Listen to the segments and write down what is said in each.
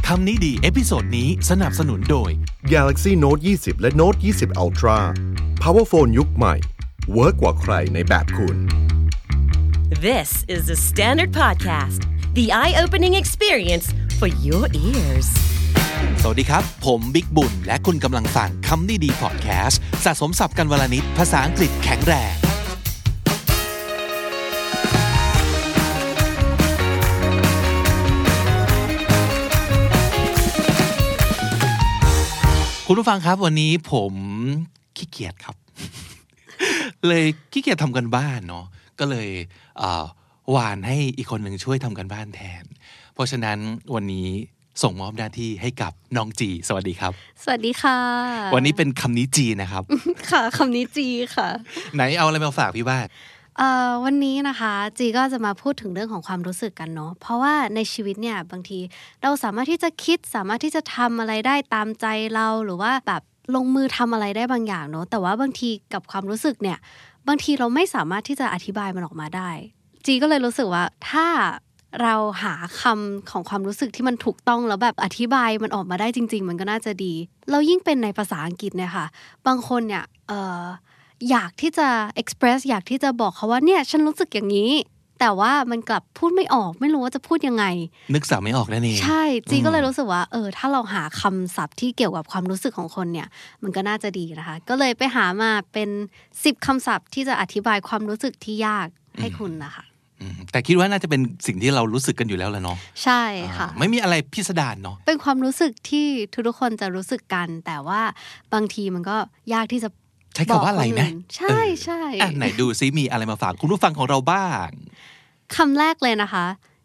คำนี้ดีเอพิโซดนี้สนับสนุนโดย Galaxy Note 20 และ Note 20 Ultra Power Phone ยุคใหม่เวิร์กกว่าใครในแบบคุณ This is the Standard Podcast, the eye-opening experience for your ears. สวัสดีครับผมบิ๊กบุญและคุณกำลังฟังคำนี้ดีพอดแคสต์สะสมศัพท์กันวลนิดภาษาอังกฤษแข็งแรงคุณผู้ฟังครับวันนี้ผมขี้เกียจครับ เลยขี้เกียจทำกันบ้านเนาะก็เลยวานให้อีกคนหนึ่งช่วยทำกันบ้านแทนเพราะฉะนั้นวันนี้ส่งมอบหน้าที่ให้กับน้องจีสวัสดีครับสวัสดีค่ะวันนี้เป็นคำนี้จีนะครับค่ะคำนี้จีค่ะไหนเอาอะไรมาฝากพี่บ้านวันนี้นะคะจีก็จะมาพูดถึงเรื่องของความรู้สึกกันเนาะเพราะว่าในชีวิตเนี่ยบางทีเราสามารถที่จะคิดสามารถที่จะทำอะไรได้ตามใจเราหรือว่าแบบลงมือทำอะไรได้บางอย่างเนาะแต่ว่าบางทีกับความรู้สึกเนี่ยบางทีเราไม่สามารถที่จะอธิบายมันออกมาได้จีก็เลยรู้สึกว่าถ้าเราหาคำของความรู้สึกที่มันถูกต้องแล้วแบบอธิบายมันออกมาได้จริงๆมันก็น่าจะดีเรายิ่งเป็นในภาษาอังกฤษเนี่ยค่ะบางคนเนี่ยอยากที่จะ express อยากที่จะบอกเขาว่าเนี่ยฉันรู้สึกอย่างนี้แต่ว่ามันกลับพูดไม่ออกไม่รู้ว่าจะพูดยังไงนึกศัพท์ไม่ออกนั่นเองใช่จีก็เลยรู้สึกว่าถ้าเราหาคำศัพท์ที่เกี่ยวกับความรู้สึกของคนเนี่ยมันก็น่าจะดีนะคะก็เลยไปหามาเป็น10คำศัพท์ที่จะอธิบายความรู้สึกที่ยากให้คุณนะคะแต่คิดว่าน่าจะเป็นสิ่งที่เรารู้สึกกันอยู่แล้วแหละเนาะใช่ค่ะไม่มีอะไรพิสดารเนาะเป็นความรู้สึกที่ทุกคนจะรู้สึกกันแต่ว่าบางทีมันก็ยากที่จะใช้คำว่าอะไรนะใช่ใช่ไหนดูซิมีอะไรมาฝากคุณผู้ฟังของเราบ้างคำแรกเลยนะคะ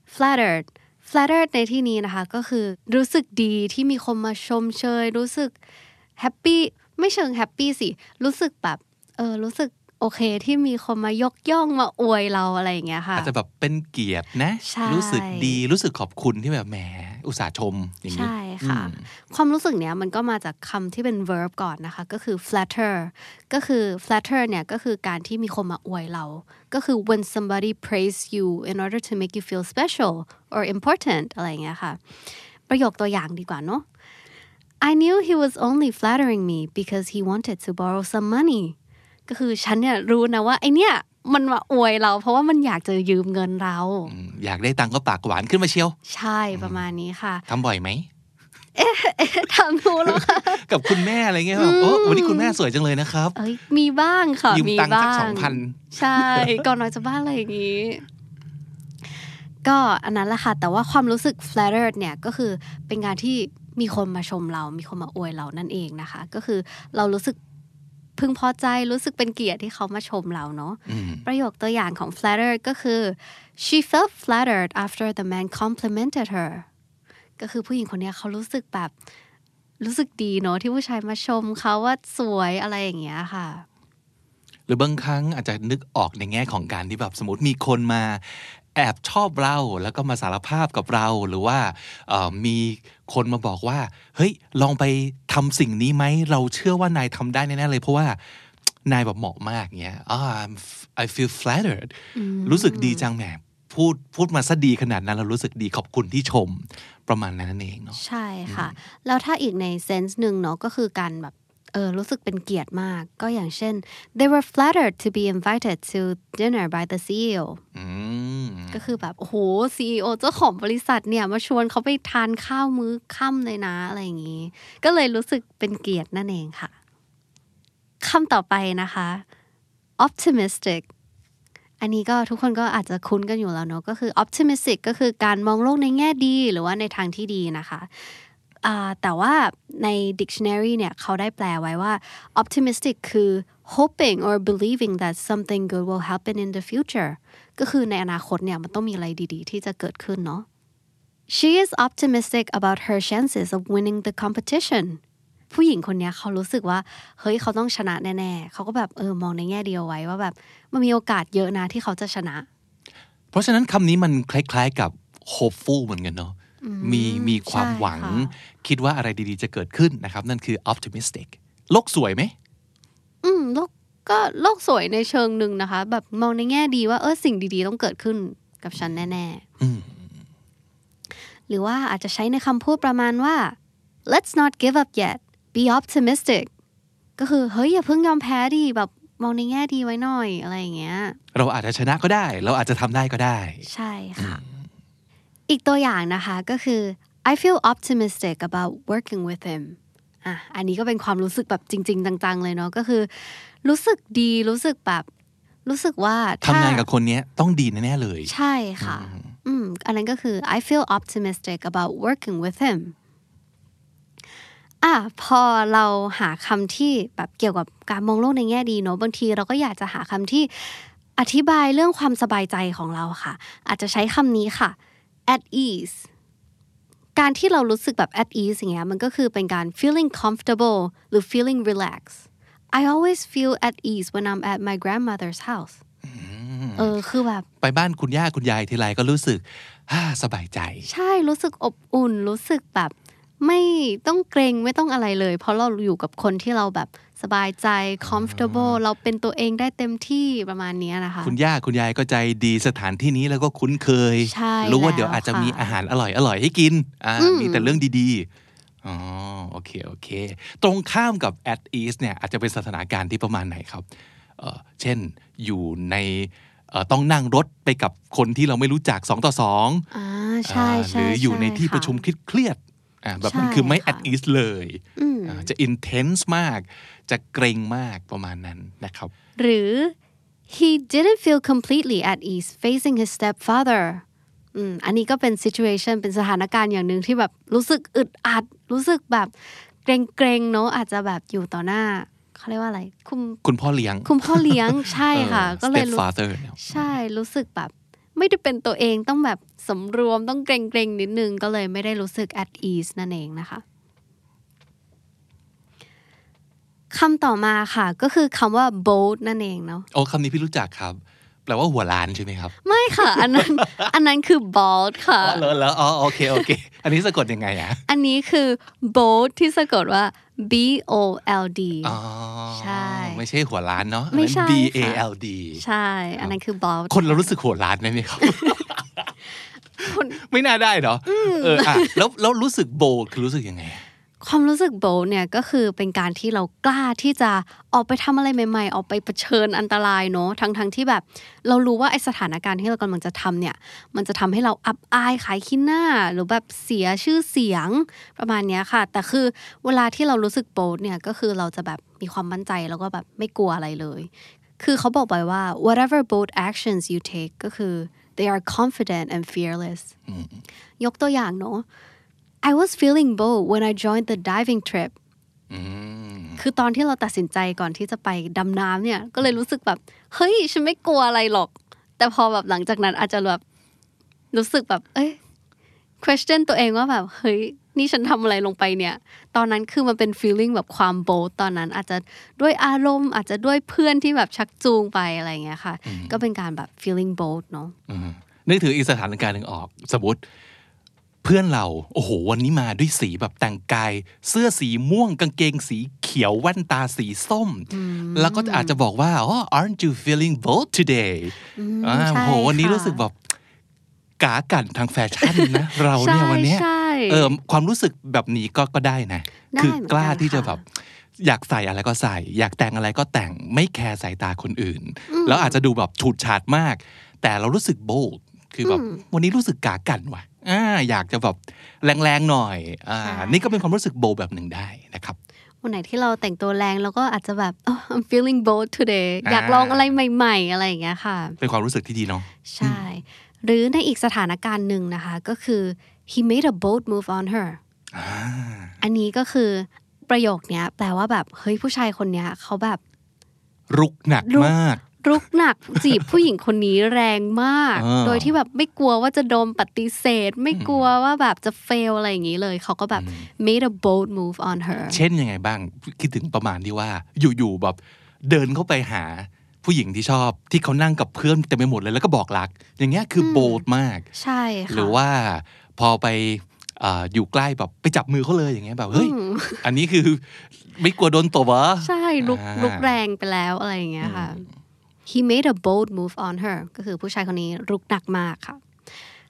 flattered ในที่นี้นะคะก็คือรู้สึกดีที่มีคนมาชมเชยรู้สึกแฮปปี้ไม่เชิงแฮปปี้สิรู้สึกแบบรู้สึกโอเคที่มีคนมายกย่องมาอวยเราอะไรอย่างเงี้ยค่ะอาจจะแบบเป็นเกียรตินะรู้สึกดีรู้สึกขอบคุณที่แบบแหมอุตส่าห์ชมอย่างนี้ใช่ค่ะความรู้สึกเนี้ยมันก็มาจากคำที่เป็น verb ก่อนนะคะก็คือ flatter ก็คือ flatter เนี่ยก็คือการที่มีคนมาอวยเราก็คือ when somebody praise you in order to make you feel special or important อะไรอย่างเงี้ยค่ะประโยคตัวอย่างดีกว่าเนาะ I knew he was only flattering me because he wanted to borrow some moneyก็คือฉันเนี่ยรู้นะว่าไอเนี่ยมันมาอวยเราเพราะว่ามันอยากจะยืมเงินเราอยากได้ตังค์ก็ปากหวานขึ้นมาเชียวใช่ประมาณนี้ค่ะทำบ่อยไหมทำรู้แล้วค่ะกับคุณแม่อะไรเงี้ยแบบวันนี้คุณแม่สวยจังเลยนะครับมีบ้างค่ะยืมตังค์สัก 2,000 ใช่ก่อนน้อยจะบ้านอะไรอย่างงี้ก็อันนั้นแหละค่ะแต่ว่าความรู้สึก flattered เนี่ยก็คือเป็นการที่มีคนมาชมเรามีคนมาอวยเรานั่นเองนะคะก็คือเรารู้สึกพึงพอใจรู้สึกเป็นเกียรติที่เขามาชมเราเนาะประโยคตัวอย่างของ flattered ก็คือ she felt flattered after the man complimented her ก็คือผู้หญิงคนนี้เขารู้สึกแบบรู้สึกดีเนาะที่ผู้ชายมาชมเขาว่าสวยอะไรอย่างเงี้ยค่ะหรือบางครั้งอาจจะนึกออกในแง่ของการที่แบบสมมติมีคนมาแอบชอบเราแล้วก็มาสารภาพกับเราหรือว่ามีคนมาบอกว่าเฮ้ยลองไปทำสิ่งนี้ไหมเราเชื่อว่านายทำได้แน่ๆเลยเพราะว่านายแบบเหมาะมากเงี้ยI feel flattered รู้สึกดีจังแหมพูดมาซะดีขนาดนั้นเรารู้สึกดีขอบคุณที่ชมประมาณนั้นนั่นเองเนาะใช่ค่ะแล้วถ้าอีกในเซนส์หนึ่งเนาะก็คือการแบบรู้สึกเป็นเกียรติมากก็อย่างเช่น they were flattered to be invited to dinner by the CEO ก็คือแบบโอ้โห CEO เจ้าของบริษัทเนี่ยมาชวนเขาไปทานข้าวมื้อค่ำเลยนะอะไรอย่างงี้ก็เลยรู้สึกเป็นเกียรตินั่นเองค่ะคำต่อไปนะคะ optimistic อันนี้ก็ทุกคนก็อาจจะคุ้นกันอยู่แล้วเนาะก็คือ optimistic ก็คือการมองโลกในแง่ดีหรือว่าในทางที่ดีนะคะแต่ว่าใน dictionary เนี่ยเขาได้แปลไว้ว่า optimistic คือ hoping or believing that something good will happen in the future ก็คือในอนาคตเนี่ยมันต้องมีอะไรดีๆที่จะเกิดขึ้นเนาะ She is optimistic about her chances of winning the competition ผู้หญิงคนนี้เขารู้สึกว่าเฮ้ยเขาต้องชนะแน่ๆเขาก็แบบมองในแง่ดีเอาไว้ว่าแบบมันมีโอกาสเยอะนะที่เขาจะชนะเพราะฉะนั้นคำนี้มันคล้ายๆกับ hopeful เหมือนกันเนาะมีความหวังคิดว่าอะไรดีๆจะเกิดขึ้นนะครับนั่นคือ optimistic โลกสวยไหมโลกสวยในเชิงหนึ่งนะคะแบบมองในแง่ดีว่าสิ่งดีๆต้องเกิดขึ้นกับฉันแน่ๆหรือว่าอาจจะใช้ในคำพูดประมาณว่า let's not give up yet be optimistic ก็คือเฮ้ยอย่าเพิ่งยอมแพ้ดิแบบมองในแง่ดีไว้หน่อยอะไรอย่างเงี้ยเราอาจจะชนะก็ได้เราอาจจะทำได้ก็ได้ใช่ค่ะอีกตัวอย่างนะคะก็คือ I feel optimistic about working with him อันนี้ก็เป็นความรู้สึกแบบจริงๆจังๆเลยเนาะก็คือรู้สึกดีรู้สึกแบบรู้สึกว่าทำงานกับคนนี้ต้องดีแน่ๆเลยใช่ค่ะอันนั้นก็คือ I feel optimistic about working with him พอเราหาคำที่แบบเกี่ยวกับการมองโลกในแง่ดีเนาะบางทีเราก็อยากจะหาคำที่อธิบายเรื่องความสบายใจของเราค่ะอาจจะใช้คำนี้ค่ะ at ease การที่เรารู้สึกแบบ at ease อย่างเงี้ยมันก็คือเป็นการ feeling comfortable หรือ feeling relaxed I always feel at ease when I'm at my grandmother's house คือแบบไปบ้านคุณย่าคุณยายทีไรก็รู้สึกสบายใจใช่รู้สึกอบอุ่นรู้สึกแบบไม่ต้องเกรงไม่ต้องอะไรเลยเพราะเราอยู่กับคนที่เราแบบสบายใจ comfortable เราเป็นตัวเองได้เต็มที่ประมาณนี้นะคะคุณย่าคุณยายก็ใจดีสถานที่นี้แล้วก็คุ้นเคยรู้ว่าเดี๋ยวอาจจะมีอาหารอร่อยให้กินมีแต่เรื่องดีๆโอเคตรงข้ามกับ at ease เนี่ยอาจจะเป็นสถานการณ์ที่ประมาณไหนครับเช่นอยู่ในต้องนั่งรถไปกับคนที่เราไม่รู้จัก2 ต่อ 2 ใช่หรืออยู่ในที่ประชุมเครียดแบบนั้นคือไม่ at ease เลยจะ intense มากจะเกรงมากประมาณนั้นนะครับหรือ he didn't feel completely at ease facing his stepfather อันนี้ก็เป็น situation เป็นสถานการณ์อย่างนึงที่แบบรู้สึกอึดอัดรู้สึกแบบเกรงเนาะอาจจะแบบอยู่ต่อหน้าเขาเรียกว่าอะไรคุณพ่อเลี้ยงใช่ค่ะก็เลยใช่รู้สึกแบบไม่ได้เป็นตัวเองต้องแบบสำรวมต้องเกรงนิดนึงก็เลยไม่ได้รู้สึก at ease นั่นเองนะคะคำต่อมาค่ะก็คือคำว่า bold นั่นเองเนาะคำนี้พี่รู้จักครับแปลว่าหัวล้านใช่ไหมครับไม่ค่ะอันนั้นคือ bald ค่ะแล้วโอเคอันนี้สะกดยังไงอันนี้คือ bold ที่สะกดว่า BOLD ใช่ไม่ใช่หัวล้านเนาะไม่ใช่ BALD ใช่อันนั้นคือ bold คนเรารู้สึกหัวล้านไหมครับไม่น่าได้เนาะแล้วรู้สึก bold คือรู้สึกยังไงความรู้สึก bold เนี่ยก็คือเป็นการที่เรากล้าที่จะออกไปทำอะไรใหม่ๆออกไปเผชิญอันตรายเนาะทั้งที่แบบเรารู้ว่าไอสถานการณ์ที่เรากำลังจะทำเนี่ยมันจะทำให้เราอับอายขายขี้หน้าหรือแบบเสียชื่อเสียงประมาณนี้ค่ะแต่คือเวลาที่เรารู้สึก bold เนี่ยก็คือเราจะแบบมีความมั่นใจแล้วก็แบบไม่กลัวอะไรเลยคือเขาบอกไว้ว่า whatever bold actions you take ก็คือ they are confident and fearless ยกตัวอย่างเนาะI was feeling bold when I joined the diving trip คือตอนที่เราตัดสินใจก่อนที่จะไปดำน้ำเนี่ยก็เลยรู้สึกแบบเฮ้ยฉันไม่กลัวอะไรหรอกแต่พอแบบหลังจากนั้นอาจจะแบบรู้สึกแบบquestion ตัวเองว่าแบบเฮ้ยนี่ฉันทำอะไรลงไปเนี่ยตอนนั้นคือมันเป็น feeling แบบความ bold ตอนนั้นอาจจะด้วยอารมณ์อาจจะด้วยเพื่อนที่แบบชักจูงไปอะไรอย่างเงี้ยค่ะก็เป็นการแบบ feeling bold เนาะนึกถึงอีกสถานการณ์หนึ่งออกสมมติเพื่อนเราโอ้โหวันนี้มาด้วยสีแบบแต่งกายเสื้อสีม่วงกางเกงสีเขียวแว่นตาสีส้มแล้วก็อาจจะบอกว่าaren't you feeling bold today โอ้โหวันนี้รู้สึกแบบกากันทางแฟชั่นนะเราเนี่ยวันนี้ความรู้สึกแบบนี้ก็ได้นะคือกล้าที่จะแบบอยากใส่อะไรก็ใส่อยากแต่งอะไรก็แต่งไม่แคร์สายตาคนอื่นแล้วอาจจะดูแบบฉูดฉาดมากแต่เรารู้สึก bold คือแบบวันนี้รู้สึกกากันว่ะอยากจะแบบแรงๆหน่อยนี่ก็เป็นความรู้สึก bold แบบหนึ่งได้นะครับวันไหนที่เราแต่งตัวแรงแล้วก็อาจจะแบบI'm feeling bold today อยากลองอะไรใหม่ๆอะไรอย่างเงี้ยค่ะเป็นความรู้สึกที่ดีเนาะใช่หรือในอีกสถานการณ์หนึ่งนะคะก็คือ he made a bold move on her อันนี้ก็คือประโยคเนี้ยแปลว่าแบบเฮ้ยผู้ชายคนเนี้ยเขาแบบรุกหนักมากรุกหนักจีบผู้หญิงคนนี้แรงมากโดยที่แบบไม่กลัวว่าจะโดนปฏิเสธไม่กลัวว่าแบบจะ fail อะไรอย่างนี้เลยเขาก็แบบ made a bold move on her เช่นยังไงบ้างคิดถึงประมาณที่ว่าอยู่ๆแบบเดินเข้าไปหาผู้หญิงที่ชอบที่เขานั่งกับเพื่อนเต็มไปหมดเลยแล้วก็บอกรักอย่างเงี้ยคือ bold มากใช่ค่ะหรือว่าพอไปอยู่ใกล้แบบไปจับมือเขาเลยอย่างเงี้ยแบบเฮ้ยอันนี้คือไม่กลัวโดนตบวะใช่ลุกแรงไปแล้วอะไรอย่างเงี้ยค่ะHe made a bold move on her ก็คือผู้ชายคนนี้รุกหนักมากค่ะ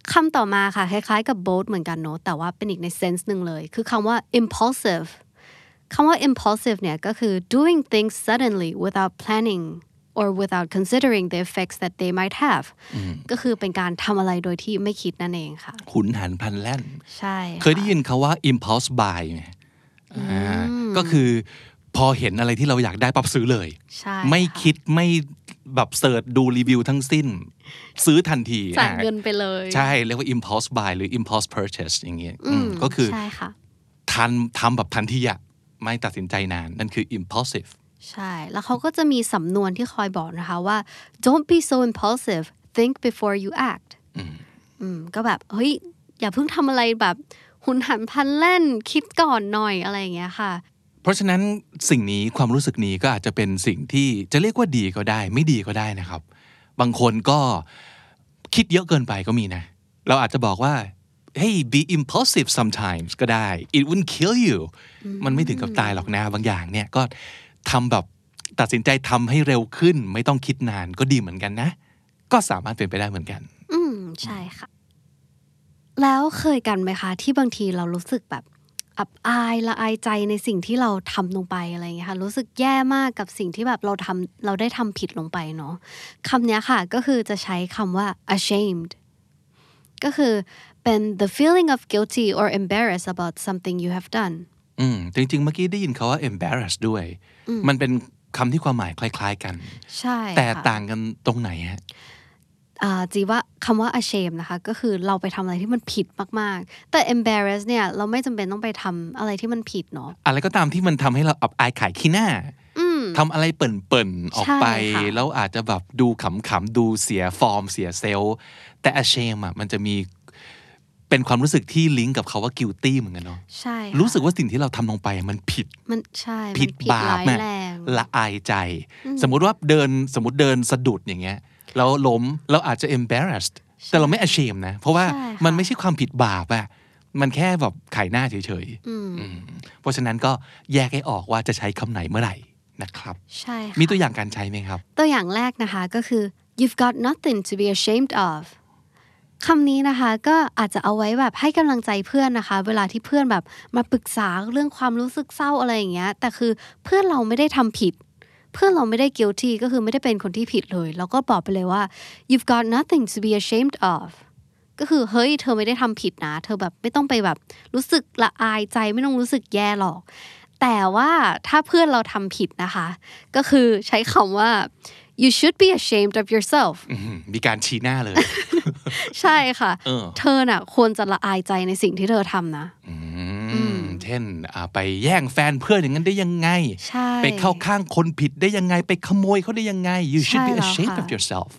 คำต่อมาค่ะคล้ายๆกับ bold เหมือนกันเนาะแต่ว่าเป็นอีกใน sense หนึ่งเลยคือคำว่า impulsive คำว่า impulsive เนี่ยก็คือ doing things suddenly without planning or without considering the effects that they might have ก็คือเป็นการทำอะไรโดยที่ไม่คิดนั่นเองค่ะหุนหันพลันแล่นใช่เคยได้ยินคำว่า impulse buy ไหมก็คือพอเห็นอะไรที่เราอยากได้ปั๊บซื้อเลยไม่คิดไม่แบบเสิร์ชดูรีวิวทั้งสิ้นซื้อทันทีจ่ายเงินไปเลยใช่เรียกว่า impulse buy หรือ impulse purchase อย่างเงี้ยก็คือทำแบบทันทีอะไม่ตัดสินใจนานนั่นคือ impulsive ใช่แล้วเขาก็จะมีสำนวนที่คอยบอกนะคะว่า don't be so impulsive think before you act ก็แบบเฮ้ยอย่าเพิ่งทำอะไรแบบหุนหันพลันแล่นคิดก่อนหน่อยอะไรอย่างเงี้ยค่ะเพราะฉะนั้นสิ่งนี้ความรู้สึกนี้ก็อาจจะเป็นสิ่งที่จะเรียกว่าดีก็ได้ไม่ดีก็ได้นะครับบางคนก็คิดเยอะเกินไปก็มีนะเราอาจจะบอกว่า hey be impulsive sometimes ก็ได้ it wouldn't kill you มันไม่ถึงกับตายหรอกนะบางอย่างเนี่ยก็ทำแบบตัดสินใจทำให้เร็วขึ้นไม่ต้องคิดนานก็ดีเหมือนกันนะก็สามารถเป็นไปได้เหมือนกันใช่ค่ะแล้วเคยกันไหมคะที่บางทีเรารู้สึกแบบอับอายละอายใจในสิ่งที่เราทำลงไปอะไรอย่างเงี้ยค่ะรู้สึกแย่มากกับสิ่งที่แบบเราได้ทำผิดลงไปเนาะคำนี้ค่ะก็คือจะใช้คำว่า ashamed ก็คือเป็น the feeling of guilty or embarrassed about something you have done จริงๆเมื่อกี้ได้ยินเขาว่า embarrassed ด้วยมันเป็นคำที่ความหมายคล้ายๆกันใช่แต่ต่างกันตรงไหนฮะจีว่าคำว่า ashamed นะคะก็คือเราไปทำอะไรที่มันผิดมากๆแต่ embarrassed เนี่ยเราไม่จำเป็นต้องไปทำอะไรที่มันผิดเนาะอะไรก็ตามที่มันทำให้เราอับอายขายขี้หน้าทำอะไรเปิ่นๆออกไปแล้วอาจจะแบบดูขำๆดูเสียฟอร์มเสียเซลล์แต่ ashamed มันจะมีเป็นความรู้สึกที่ลิงก์กับคาว่า guilty เหมือนกันเนาะใช่รู้สึกว่าสิ่งที่เราทำลงไปมันผิดมันใช่ผิดบาปนะละอายใจสมมุติเดินสะดุดอย่างเงี้ยแล้วล้มเราอาจจะ embarrassed แต่เราไม่ ashamed นะเพราะว่ามันไม่ใช่ความผิดบาปอะมันแค่แบบขายหน้าเฉยๆเพราะฉะนั้นก็แยกให้ออกว่าจะใช้คำไหนเมื่อไหร่นะครับใช่มีตัวอย่างการใช้ไหมครับตัวอย่างแรกนะคะก็คือ you've got nothing to be ashamed of คำนี้นะคะก็อาจจะเอาไว้แบบให้กำลังใจเพื่อนนะคะเวลาที่เพื่อนแบบมาปรึกษาเรื่องความรู้สึกเศร้าอะไรอย่างเงี้ยแต่คือเพื่อนเราไม่ได้ทำผิดเพื่อนเราไม่ได้ guilty ก็คือไม่ได้เป็นคนที่ผิดเลยแล้วก็บอกไปเลยว่า you've got nothing to be ashamed of ก็คือเฮ้ยเธอไม่ได้ทำผิดนะเธอแบบไม่ต้องไปแบบรู้สึกละอายใจไม่ต้องรู้สึกแย่หรอกแต่ว่าถ้าเพื่อนเราทำผิดนะคะก็คือใช้คำว่า you should be ashamed of yourself มีการชี้หน้าเลยใช่ค่ะเธอน่ะควรจะละอายใจในสิ่งที่เธอทำนะเช่นไปแย่งแฟนเพื่อนอย่างนั้นได้ยังไงไปเข้าข้างคนผิดได้ยังไงไปขโมยเขาได้ยังไง you should be ashamed of yourself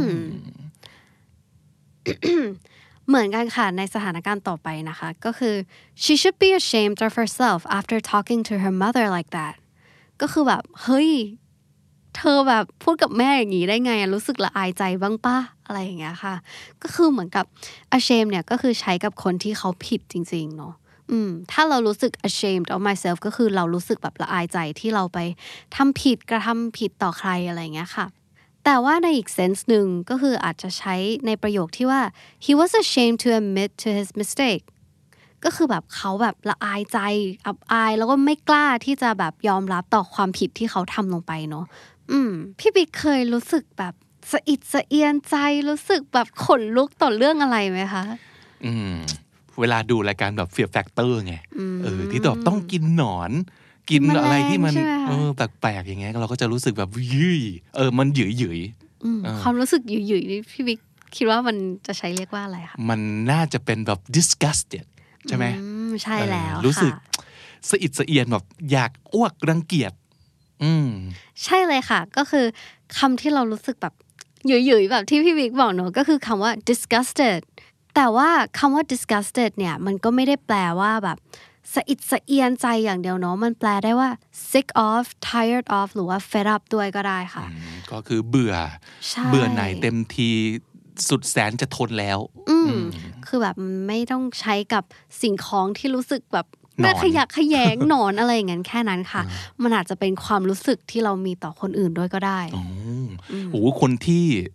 เหมือนกันค่ะในสถานการณ์ต่อไปนะคะก็คือ she should be ashamed of herself after talking to her mother like that ก็คือแบบเฮ้ยเธอแบบพูดกับแม่อย่างนี้ได้ไงรู้สึกละอายใจบ้างป่ะอะไรอย่างเงี้ยค่ะก็คือเหมือนกับ ashamed เนี่ยก็คือใช้กับคนที่เขาผิดจริงๆเนาะถ้าเรารู้สึก ashamed of myself ก็คือเรารู้สึกแบบละอายใจที่เราไปทำผิดกระทำผิดต่อใครอะไรอย่างเงี้ยค่ะแต่ว่าในอีก sense หนึ่งก็คืออาจจะใช้ในประโยคที่ว่า he was ashamed to admit to his mistake ก็คือแบบเขาแบบละอายใจอับอายแล้วก็ไม่กล้าที่จะแบบยอมรับต่อความผิดที่เขาทำลงไปเนาะพี่บิ๊กเคยรู้สึกแบบสะอิดสะเอียนใจรู้สึกแบบขนลุกต่อเรื่องอะไรไหมคะเวลาดูรายการแบบ Fear Factor ไงที่แบบต้องกินหนอนกินอะไรที่มันแปลกๆอย่างเงี้ยเราก็จะรู้สึกแบบยืยมันหยืยความรู้สึกหยืยนี่พี่บิ๊กคิดว่ามันจะใช้เรียกว่าอะไรคะมันน่าจะเป็นแบบ disgusted ใช่ไหมใช่แล้วรู้สึกสะอิดสะเอียนแบบอยากอ้วกรังเกียจใช่เลยค่ะก็คือคำที่เรารู้สึกแบบหยืยๆแบบที่พี่บิ๊กบอกเนอะก็คือคำว่า disgusted แต่ว่าคำว่า disgusted เนี่ยมันก็ไม่ได้แปลว่าแบบสะอิดสะเอียนใจอย่างเดียวเนาะมันแปลได้ว่า sick of tired of หรือว่า fed up ด้วยก็ได้ค่ะก็คือเบื่อหน่ายเต็มทีสุดแสนจะทนแล้วคือแบบไม่ต้องใช้กับสิ่งของที่รู้สึกแบบน่าขยักขยงหนอนอะไรอย่างนั้นแค่นั้นค่ะมันอาจจะเป็นความรู้สึกที่เรามีต่อคนอื่นด้วยก็ได้โอ้โหคน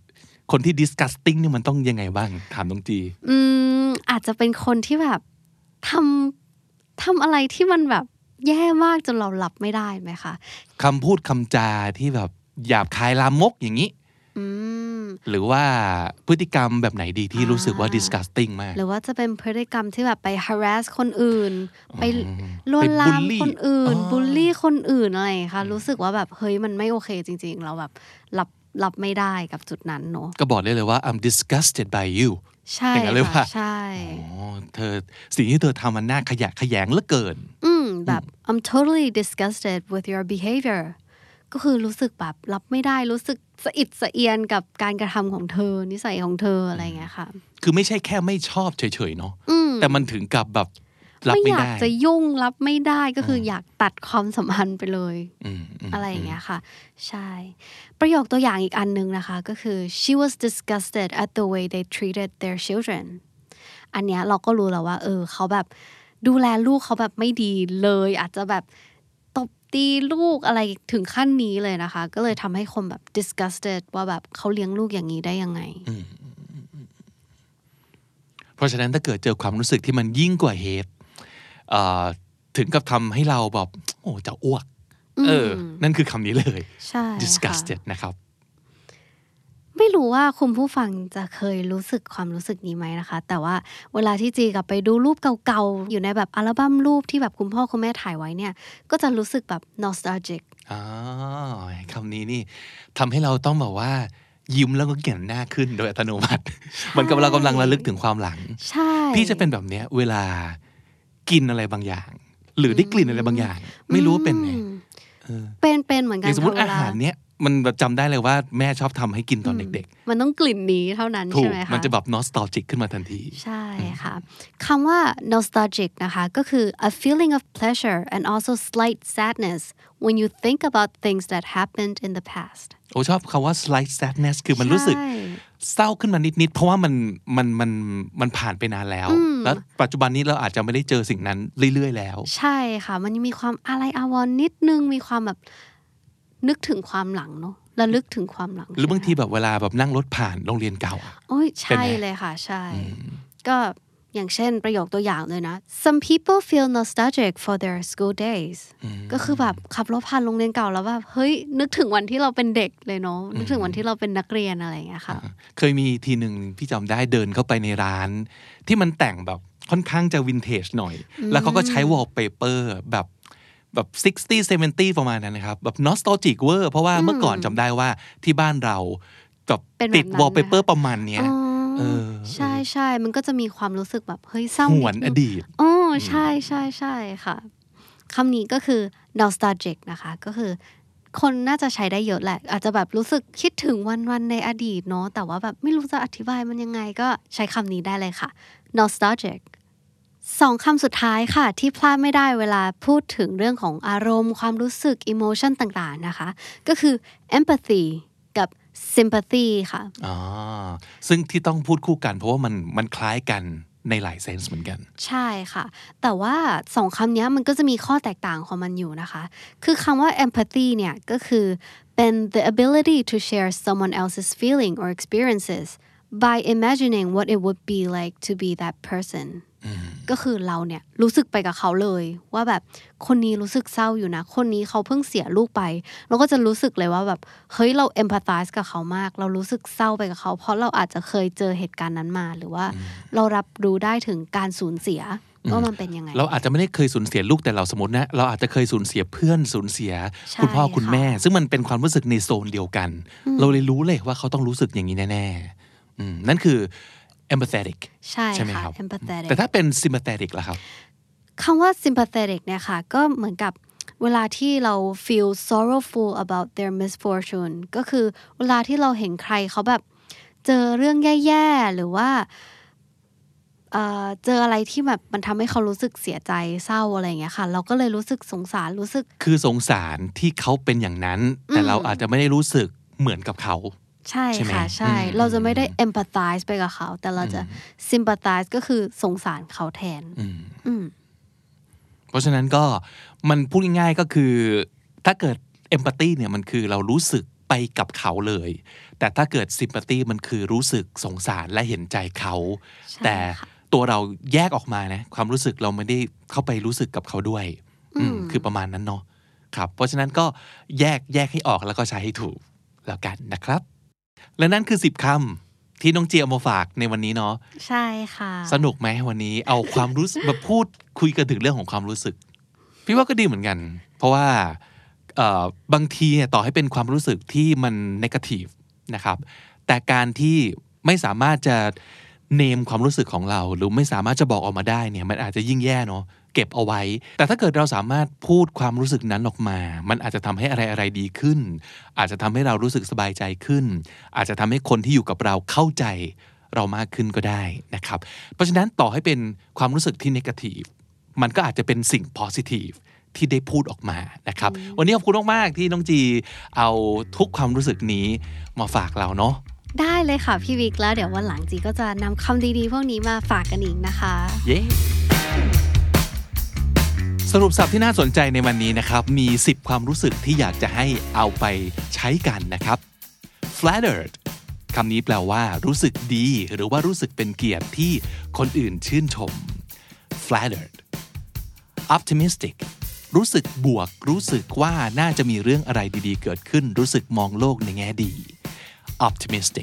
คนที่ disgusting นี่มันต้องยังไงบ้างถามน้องจีอาจจะเป็นคนที่แบบทำอะไรที่มันแบบแย่มากจนเรารับไม่ได้ไหมคะคำพูดคำจาที่แบบหยาบคายลามกอย่างนี้หรือว่าพฤติกรรมแบบไหนดีที่รู้สึกว่า disgusting มากหรือว่าจะเป็นพฤติกรรมที่แบบไป harass คนอื่นไปลวนลามคนอื่นบูลลี่คนอื่นอะไรค่ะรู้สึกว่าแบบเฮ้ยมันไม่โอเคจริงๆเราแบบรับไม่ได้กับจุดนั้นเนอะก็บอกได้เลยว่า I'm disgusted by you ใช่ค่ะใช่เธอสิ่งที่เธอทำมันน่าขยะแขยงเหลือเกินแบบ I'm totally disgusted with your behavior ก็คือรู้สึกแบบรับไม่ได้รู้สึกสะอิดสะเอียนกับการกระทำของเธอนิสัยของเธออะไรเงี้ยค่ะคือไม่ใช่แค่ไม่ชอบเฉยๆเนาะแต่มันถึงกับแบบรับไม่ได้ไม่อยากจะยุ่งรับไม่ได้ก็คืออยากตัดความสัมพันธ์ไปเลยอะไรอย่างเงี้ยค่ะใช่ประโยคตัวอย่างอีกอันนึงนะคะก็คือ she was disgusted at the way they treated their children อันเนี้ยเราก็รู้แล้วว่าเขาแบบดูแลลูกเขาแบบไม่ดีเลยอาจจะแบบตบตีลูกอะไรถึงขั้นนี้เลยนะคะก็เลยทำให้คนแบบ disgusted ว่าแบบเขาเลี้ยงลูกอย่างนี้ได้ยังไงเพราะฉะนั้นถ้าเกิดเจอความรู้สึกที่มันยิ่งกว่าเหตุถึงกับทำให้เราแบบโอ้จะอ้วกนั่นคือคำนี้เลย disgusted นะครับไม่รู้ว่าคุณผู้ฟังจะเคยรู้สึกความรู้สึกนี้ไหมนะคะแต่ว่าเวลาที่จีกลับไปดูรูปเก่าๆอยู่ในแบบอัลบั้มรูปที่แบบคุณพ่อคุณแม่ถ่ายไว้เนี่ยก็จะรู้สึกแบบ nostalgic คำนี้นี่ทำให้เราต้องแบบว่ายิ้มแล้วก็เขียนหน้าขึ้นโดยอัตโนมัติเหมือนกับเรากำลังระลึกถึงความหลังใช่พี่จะเป็นแบบเนี้ยเวลากินอะไรบางอย่างหรือได้กลิ่นอะไรบางอย่างไม่รู้ว่าเป็นไงเป็นเหมือนกันอย่างสมมติอาหารเนี้ยมันจำได้เลยว่าแม่ชอบทำให้กินตอนเด็กๆมันต้องกลิ่นนี้เท่านั้นใช่ไหมคะมันจะแบบ nostalgic ขึ้นมาทันทีใช่ค่ะคำว่า nostalgic นะคะก็คือ a feeling of pleasure and also slight sadness when you think about things that happened in the past โอ้ชอบคำว่า slight sadness คือมันรู้สึกเศร้าขึ้นมานิดๆเพราะว่ามันผ่านไปนานแล้วแล้วปัจจุบันนี้เราอาจจะไม่ได้เจอสิ่งนั้นเรื่อยๆแล้วใช่ค่ะมันมีความอะไรอาวรณ์นิดนึงมีความแบบนึกถึงความหลังเนาะระลึกถึงความหลังหรือบางทีแบบเวลาแบบนั่งรถผ่านโรงเรียนเก่าโอ้ยใช่เลยค่ะใช่ก็อย่างเช่นประโยคตัวอย่างเลยนะ some people feel nostalgic for their school days ก็คือแบบขับรถผ่านโรงเรียนเก่าแล้วแบบเฮ้ยนึกถึงวันที่เราเป็นเด็กเลยเนาะนึกถึงวันที่เราเป็นนักเรียนอะไรอย่างเงี้ยค่ะเคยมีทีหนึ่งพี่จำได้เดินเข้าไปในร้านที่มันแต่งแบบค่อนข้างจะวินเทจหน่อยแล้วเขาก็ใช้วอลเปเปอร์แบบ60 70ประมาณนั้นนะครับแบบ nostalgic เวอร์เพราะว่าเมื่อก่อนจำได้ว่าที่บ้านเราแบบติดวอลเปเปอร์ประมาณเนี้ยใช่ใช่มันก็จะมีความรู้สึกแบบเฮ้ยเศร้าหวนอดีตใช่ใช่ใช่ค่ะคำนี้ก็คือ nostalgic นะคะก็คือคนน่าจะใช้ได้เยอะแหละอาจจะแบบรู้สึกคิดถึงวันในอดีตเนาะแต่ว่าแบบไม่รู้จะอธิบายมันยังไงก็ใช้คำนี้ได้เลยค่ะ nostalgic 2 คำสุดท้ายค่ะที่พลาดไม่ได้เวลาพูดถึงเรื่องของอารมณ์ความรู้สึก emotion ต่างๆนะคะก็คือ empathy กับ sympathy ค่ะซึ่งที่ต้องพูดคู่กันเพราะว่ามันคล้ายกันในหลายเซนส์เหมือนกันใช่ค่ะแต่ว่า2 คำนี้มันก็จะมีข้อแตกต่างของมันอยู่นะคะคือคำว่า empathy เนี่ยก็คือเป็น the ability to share someone else's feeling or experiences by imagining what it would be like to be that personก็คือเราเนี่ยรู้สึกไปกับเขาเลยว่าแบบคนนี้รู้สึกเศร้าอยู่นะคนนี้เขาเพิ่งเสียลูกไปเราก็จะรู้สึกเลยว่าแบบเฮ้ยเรา empathize กับเขามากเรารู้สึกเศร้าไปกับเขาเพราะเราอาจจะเคยเจอเหตุการณ์นั้นมาหรือว่าเรารับรู้ได้ถึงการสูญเสียว่ามันเป็นยังไงเราอาจจะไม่ได้เคยสูญเสียลูกแต่เราสมมตินะเราอาจจะเคยสูญเสียเพื่อนสูญเสียคุณพ่อคุณแม่ซึ่งมันเป็นความรู้สึกในโซนเดียวกันเราเลยรู้เลยว่าเขาต้องรู้สึกอย่างนี้แน่ๆนั่นคือempathetic ใช่ไหมครับ empathetic แต่ถ้าเป็น sympathetic ล่ะครับคำว่า sympathetic เนี่ยค่ะก็เหมือนกับเวลาที่เรา feel sorrowful about their misfortune ก็คือเวลาที่เราเห็นใครเขาแบบเจอเรื่องแย่ๆหรือว่าเจออะไรที่แบบมันทำให้เขารู้สึกเสียใจเศร้าอะไรอย่างเงี้ยค่ะเราก็เลยรู้สึกสงสารรู้สึกคือสงสารที่เขาเป็นอย่างนั้นแต่เราอาจจะไม่ได้รู้สึกเหมือนกับเขาใช่ค่ะใช่เราจะไม่ได้ empathize ไปกับเขาแต่เราจะ sympathize ก็คือสงสารเขาแทนเพราะฉะนั้นก็มันพูดง่ายๆก็คือถ้าเกิด empathy เนี่ยมันคือเรารู้สึกไปกับเขาเลยแต่ถ้าเกิด sympathy มันคือรู้สึกสงสารและเห็นใจเขาแต่ตัวเราแยกออกมานะความรู้สึกเราไม่ได้เข้าไปรู้สึกกับเขาด้วยคือประมาณนั้นเนาะครับเพราะฉะนั้นก็แยกให้ออกแล้วก็ใช้ให้ถูกแล้วกันนะครับและนั่นคือ10คำที่น้องเจียมาฝากในวันนี้เนาะใช่ค่ะสนุกไหมวันนี้เอาความรู้สึกมาพูดคุยกันถึงเรื่องของความรู้สึกพี่ว่าก็ดีเหมือนกันเพราะว่าบางทีต่อให้เป็นความรู้สึกที่มันเนกาทีฟนะครับแต่การที่ไม่สามารถจะเนมความรู้สึกของเราหรือไม่สามารถจะบอกออกมาได้เนี่ยมันอาจจะยิ่งแย่เนาะเก็บเอาไว้แต่ถ้าเกิดเราสามารถพูดความรู้สึกนั้นออกมามันอาจจะทำให้อะไรดีขึ้นอาจจะทำให้เรารู้สึกสบายใจขึ้นอาจจะทำให้คนที่อยู่กับเราเข้าใจเรามากขึ้นก็ได้นะครับเพราะฉะนั้นต่อให้เป็นความรู้สึกที่เนกาทีฟมันก็อาจจะเป็นสิ่งโพสิทีฟที่ได้พูดออกมานะครับวันนี้ขอบคุณมากๆที่น้องจีเอาทุกความรู้สึกนี้มาฝากเราเนาะได้เลยค่ะพี่วิกแล้วเดี๋ยววันหลังจีก็จะนำคำดีๆพวกนี้มาฝากกันอีกนะคะเย้สรุปศัพท์ที่น่าสนใจในวันนี้นะครับมี10ความรู้สึกที่อยากจะให้เอาไปใช้กันนะครับ flattered คำนี้แปลว่ารู้สึกดีหรือว่ารู้สึกเป็นเกียรติที่คนอื่นชื่นชม flattered optimistic รู้สึกบวกรู้สึกว่าน่าจะมีเรื่องอะไรดีๆเกิดขึ้นรู้สึกมองโลกในแง่ดี optimistic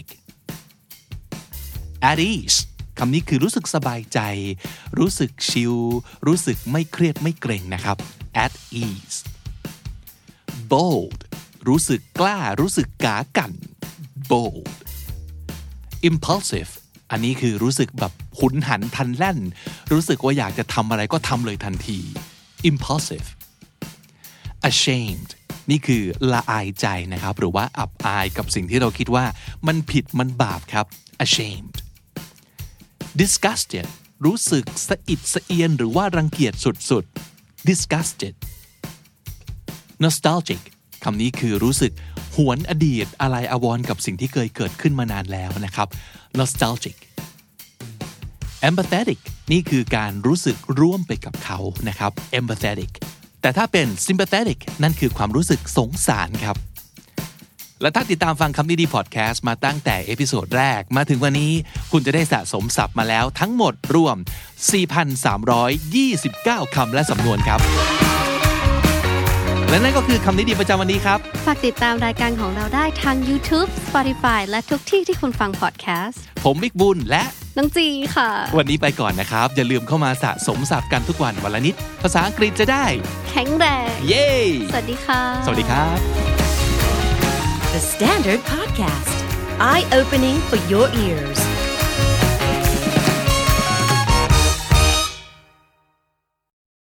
at ease คำนี้คือรู้สึกสบายใจรู้สึกชิลรู้สึกไม่เครียดไม่เกร็งนะครับ at ease bold รู้สึกกล้ารู้สึกกากั่น bold impulsive อันนี้คือรู้สึกแบบหุนหันพลันแล่นรู้สึกว่าอยากจะทำอะไรก็ทำเลยทันที impulsive ashamed นี่คือละอายใจนะครับหรือว่าอับอายกับสิ่งที่เราคิดว่ามันผิดมันบาปครับ ashamed disgusted รู้สึกสะอิดสะเอียนหรือว่ารังเกียจสุดๆ disgusted nostalgic คำนี้คือรู้สึกหวนอดีตอะไรอาวรณ์กับสิ่งที่เคยเกิดขึ้นมานานแล้วนะครับ nostalgic empathetic นี่คือการรู้สึกร่วมไปกับเขานะครับ empathetic แต่ถ้าเป็น sympathetic นั่นคือความรู้สึกสงสารครับและถ้าติดตามฟังคำนี้ดีพอดแคสต์มาตั้งแต่เอพิโซดแรกมาถึงวันนี้คุณจะได้สะสมศัพท์มาแล้วทั้งหมดรวม 4,329 คำและสำนวนครับและนั่นก็คือคำนี้ดีประจำวันนี้ครับฝากติดตามรายการของเราได้ทาง YouTube Spotify และทุกที่ที่คุณฟังพอดแคสต์ผมบิ๊กบุญและน้องจีค่ะวันนี้ไปก่อนนะครับอย่าลืมเข้ามาสะสมศัพท์กันทุกวันวันละนิดภาษาอังกฤษจะได้แข็งแรงเย้สวัสดีค่ะสวัสดีครับ The Standard Podcast Eye Opening for Your Ears